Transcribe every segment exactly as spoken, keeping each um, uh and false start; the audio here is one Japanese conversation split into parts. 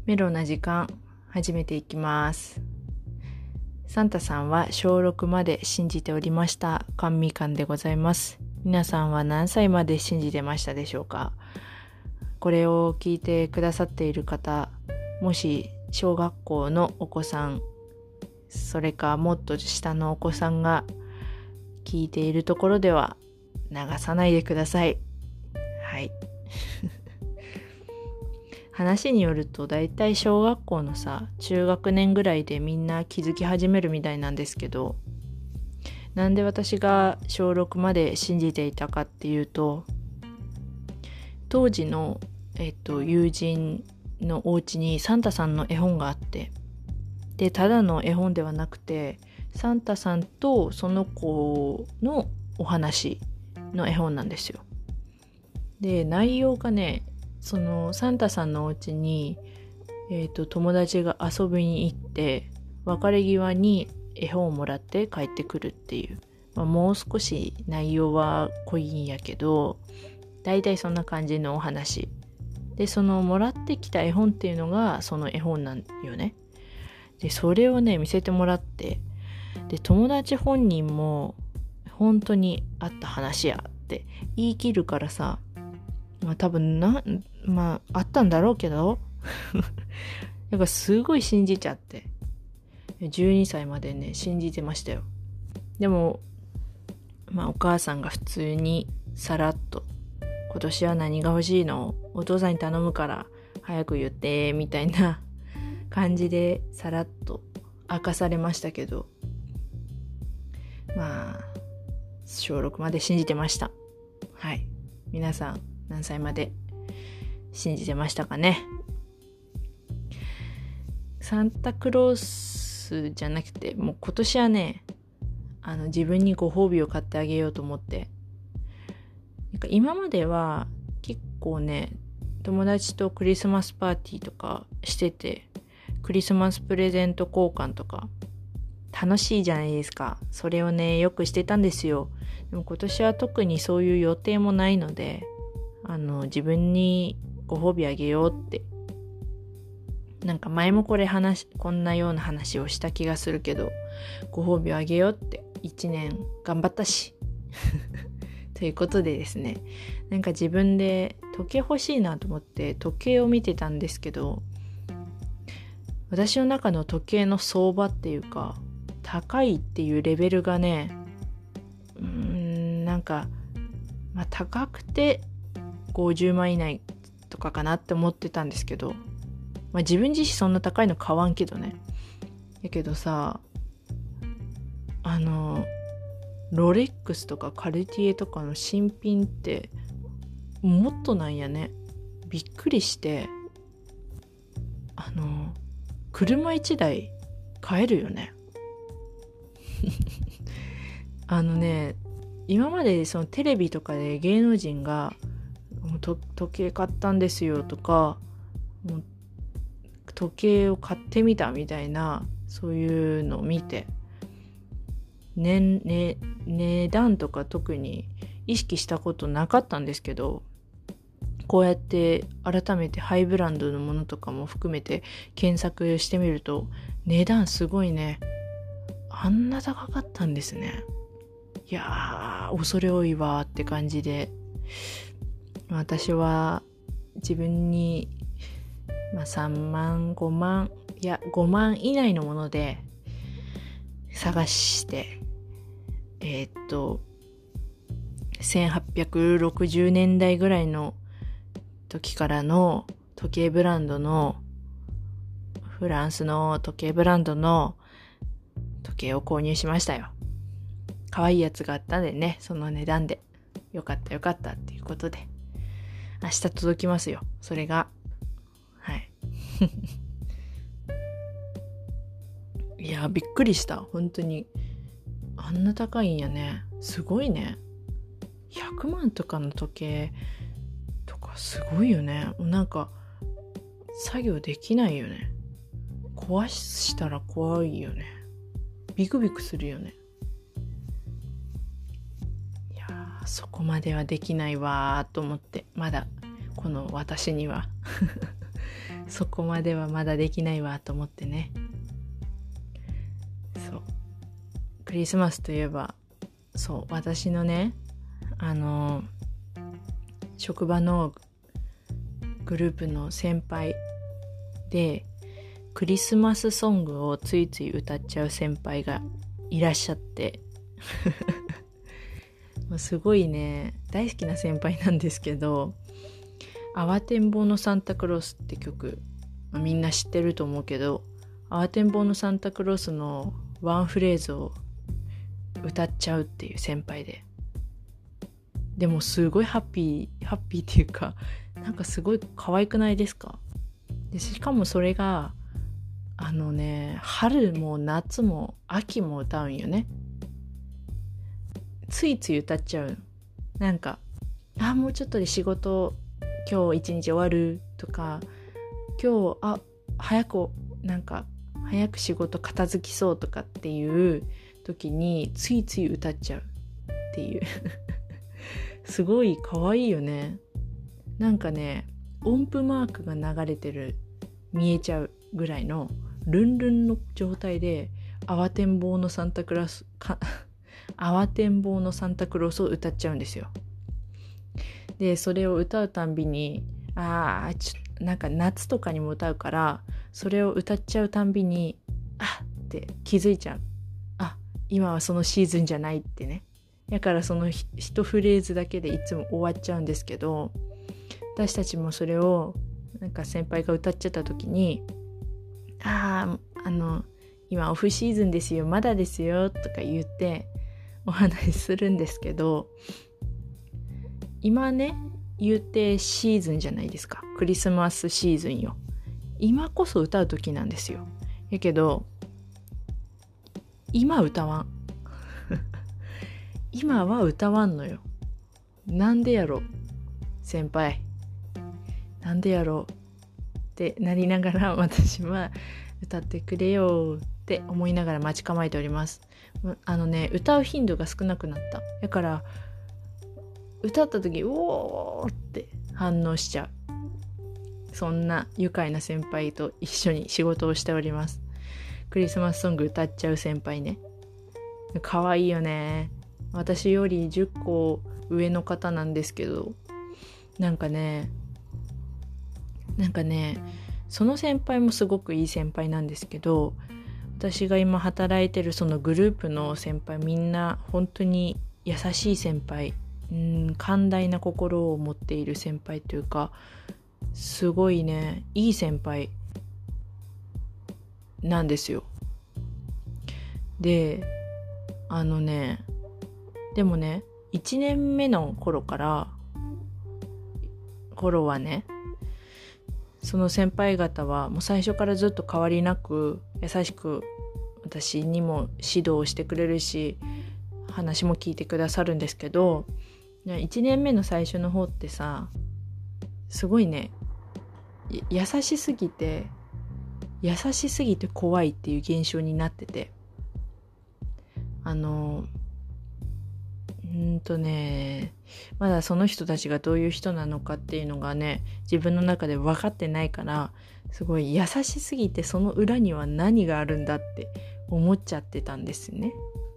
メロな時間始めていきます。サンタさんは小ろくまで信じておりました。甘味感でございます。皆さんは何歳まで信じてましたでしょうか。これを聞いてくださっている方、もし小学校のお子さん、それかもっと下のお子さんが聞いているところでは流さないでください。はい話によるとだいたい小学校のさ中学年ぐらいでみんな気づき始めるみたいなんですけど、なんで私が小ろくまで信じていたかっていうと、当時の、えっと、友人のお家にサンタさんの絵本があって、でただの絵本ではなくてサンタさんとその子のお話の絵本なんですよ。で内容がね、そのサンタさんのお家に、えーと、友達が遊びに行って別れ際に絵本をもらって帰ってくるっていう、まあ、もう少し内容は濃いんやけど、だいたいそんな感じのお話で、そのもらってきた絵本っていうのがその絵本なんよね。でそれをね見せてもらって、で友達本人も本当にあった話やって言い切るからさ、まあ多分な、まああったんだろうけどなんかすごい信じちゃって、じゅうにさいまでね信じてましたよ。でもまあお母さんが普通にさらっと、今年は何が欲しいの？お父さんに頼むから早く言ってみたいな感じでさらっと明かされましたけど、まあ小ろくまで信じてました。はい、皆さん何歳まで信じてましたかね。サンタクロースじゃなくて、もう今年はね、あの自分にご褒美を買ってあげようと思って、なんか今までは結構ね友達とクリスマスパーティーとかしてて、クリスマスプレゼント交換とか楽しいじゃないですか。それをねよくしてたんですよ。でも今年は特にそういう予定もないので、あの自分にご褒美あげようって、なんか前もこれ話こんなような話をした気がするけど、ご褒美をあげようっていちねん頑張ったしということでですね、なんか自分で時計欲しいなと思って時計を見てたんですけど、私の中の時計の相場っていうか高いっていうレベルがね、うーんなんか、まあ、高くてごじゅうまん以内とかかなって思ってたんですけど、まあ、自分自身そんな高いの買わんけどね。だけどさ、あのロレックスとかカルティエとかの新品ってもっとなんやね。びっくりして、あの車一台買えるよねあのね、今までそのテレビとかで芸能人がと時計買ったんですよとか、もう時計を買ってみたみたいな、そういうのを見て、ねね、値段とか特に意識したことなかったんですけど、こうやって改めてハイブランドのものとかも含めて検索してみると、値段すごいね。あんな高かったんですね。いやー恐れ多いわーって感じで、私は自分に、まあ、さんまんごまんいやごまん以内のもので探して、えー、っとせんはっぴゃくろくじゅうねんだいぐらいの時からの時計ブランドの、フランスの時計ブランドの時計を購入しましたよ。可愛いやつがあったんでね、その値段でよかったよかったっていうことで、明日届きますよ、それが。はいいやびっくりした、本当に。あんな高いんやね。すごいね。ひゃくまんとかの時計とかすごいよね。なんか作業できないよね。壊したら怖いよね。ビクビクするよね。いやーそこまではできないわーと思って、まだこの私にはそこまではまだできないわと思ってね。そうクリスマスといえば、そう私のねあの職場のグループの先輩でクリスマスソングをついつい歌っちゃう先輩がいらっしゃってすごいね大好きな先輩なんですけど、慌てんぼうのサンタクロースって曲、まあ、みんな知ってると思うけど、慌てんぼうのサンタクロースのワンフレーズを歌っちゃうっていう先輩で、でもすごいハッピーハッピーっていうか、なんかすごい可愛くないですか？でしかもそれがあのね春も夏も秋も歌うんよね。ついつい歌っちゃう。なんかあもうちょっとで仕事今日一日終わるとか、今日あ早くなんか早く仕事片付きそうとかっていう時についつい歌っちゃうっていうすごい可愛いよね。なんかね音符マークが流れてる見えちゃうぐらいのルンルンの状態で慌てんぼうのサンタクロースか慌てんぼうのサンタクロースを歌っちゃうんですよ。でそれを歌うたんびにあーちょなんか夏とかにも歌うから、それを歌っちゃうたんびにあって気づいちゃう。あ今はそのシーズンじゃないってね。だからその一フレーズだけでいつも終わっちゃうんですけど、私たちもそれをなんか先輩が歌っちゃった時にあああの今オフシーズンですよまだですよとか言ってお話しするんですけど、今ね言うてシーズンじゃないですか。クリスマスシーズンよ。今こそ歌う時なんですよ。やけど今歌わん今は歌わんのよ。なんでやろ先輩、なんでやろってなりながら私は歌ってくれよって思いながら待ち構えております。あのね歌う頻度が少なくなった。だから歌った時うおーって反応しちゃう。そんな愉快な先輩と一緒に仕事をしております。クリスマスソング歌っちゃう先輩ね。可愛いよね。私よりじゅっこ上の方なんですけど、なんかねなんかねその先輩もすごくいい先輩なんですけど、私が今働いてるそのグループの先輩みんな本当に優しい先輩、うん寛大な心を持っている先輩というか、すごいねいい先輩なんですよ。であのねでもねいちねんめの頃から頃はねその先輩方はもう最初からずっと変わりなく優しく私にも指導してくれるし話も聞いてくださるんですけど、いちねんめの最初の方ってさすごいね優しすぎて優しすぎて怖いっていう現象になってて、あのうんとねまだその人たちがどういう人なのかっていうのがね自分の中で分かってないから、すごい優しすぎてその裏には何があるんだって思っちゃってたんですね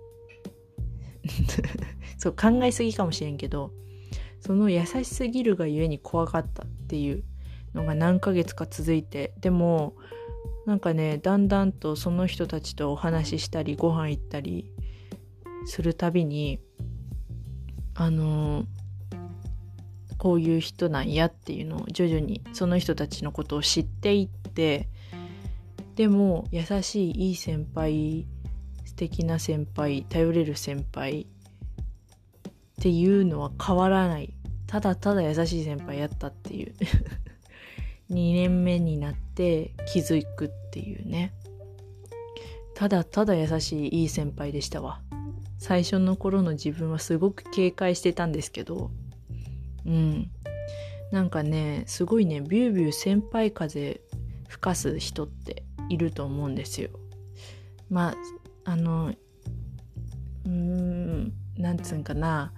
そう考えすぎかもしれんけど、その優しすぎるがゆえに怖かったっていうのが何ヶ月か続いて、でもなんかねだんだんとその人たちとお話ししたりご飯行ったりするたびにあのこういう人なんやっていうのを徐々にその人たちのことを知っていって、でも優しいいい先輩、素敵な先輩、頼れる先輩っていうのは変わらない、ただただ優しい先輩やったっていうにねんめになって気づくっていうね、ただただ優しいいい先輩でしたわ。最初の頃の自分はすごく警戒してたんですけど、うんなんかねすごいねビュービュー先輩風吹かす人っていると思うんですよ。まああのうーんなんつうんかな、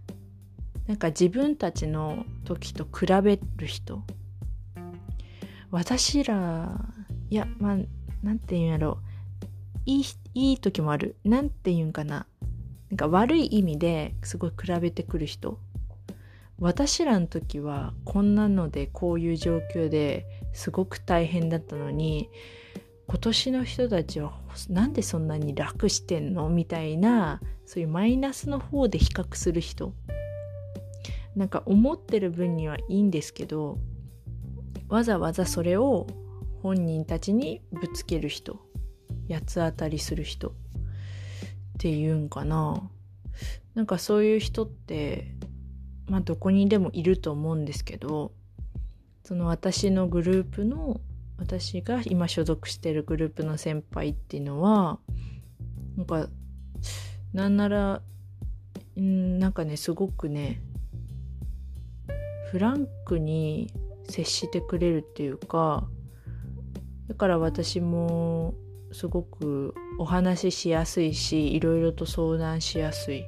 なんか自分たちの時と比べる人、 私ら、いや、まあ、なんていうんやろ、いい、いい時もある。なんていうんかな。なんか悪い意味ですごい比べてくる人。私らの時はこんなのでこういう状況ですごく大変だったのに、今年の人たちはなんでそんなに楽してんのみたいな、そういうマイナスの方で比較する人。なんか思ってる分にはいいんですけど、わざわざそれを本人たちにぶつける人、八つ当たりする人っていうんかな。なんかそういう人ってまあどこにでもいると思うんですけど、その私のグループの、私が今所属してるグループの先輩っていうのは、なんかなんならんなんかね、すごくねフランクに接してくれるっていうか、だから私もすごくお話ししやすいし、いろいろと相談しやすい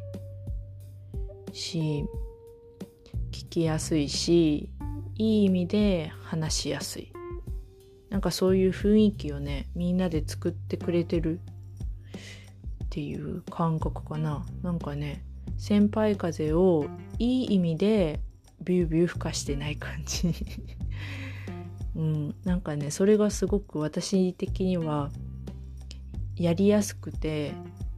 し、聞きやすいし、いい意味で話しやすい。なんかそういう雰囲気をね、みんなで作ってくれてるっていう感覚かな。なんかね、先輩風をいい意味でビュービュー吹かしてない感じ。うん、なんかね、それがすごく私的にはやりやすくて、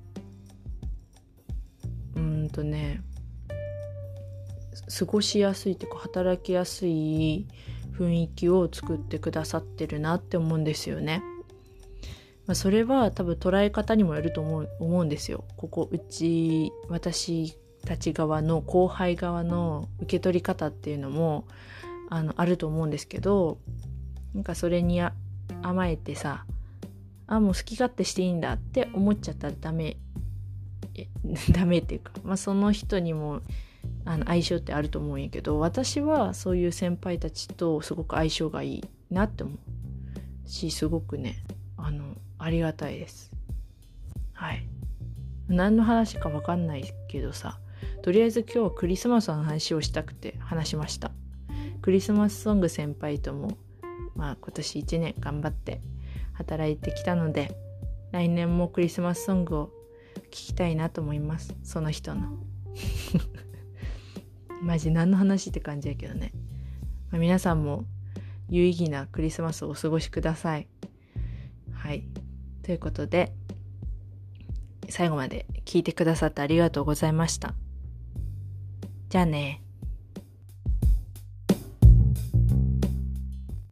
うーんとね、過ごしやすいというか働きやすい雰囲気を作ってくださってるなって思うんですよね。まあ、それは多分捉え方にもよると思う、思うんですよ。ここうち私たち側の後輩側の受け取り方っていうのも あのあると思うんですけど、なんかそれに甘えてさ、あもう好き勝手していいんだって思っちゃったらダメダメっていうか、まあその人にもあの相性ってあると思うんやけど、私はそういう先輩たちとすごく相性がいいなって思うし、すごくねあのありがたいです。はい。何の話か分かんないけどさ、とりあえず今日はクリスマスの話をしたくて話しました。クリスマスソング先輩ともまあ今年いちねん頑張って働いてきたので、来年もクリスマスソングを聴きたいなと思います。その人のマジ何の話って感じやけどね、まあ、皆さんも有意義なクリスマスをお過ごしください。はい、ということで最後まで聞いてくださってありがとうございました。じゃあね。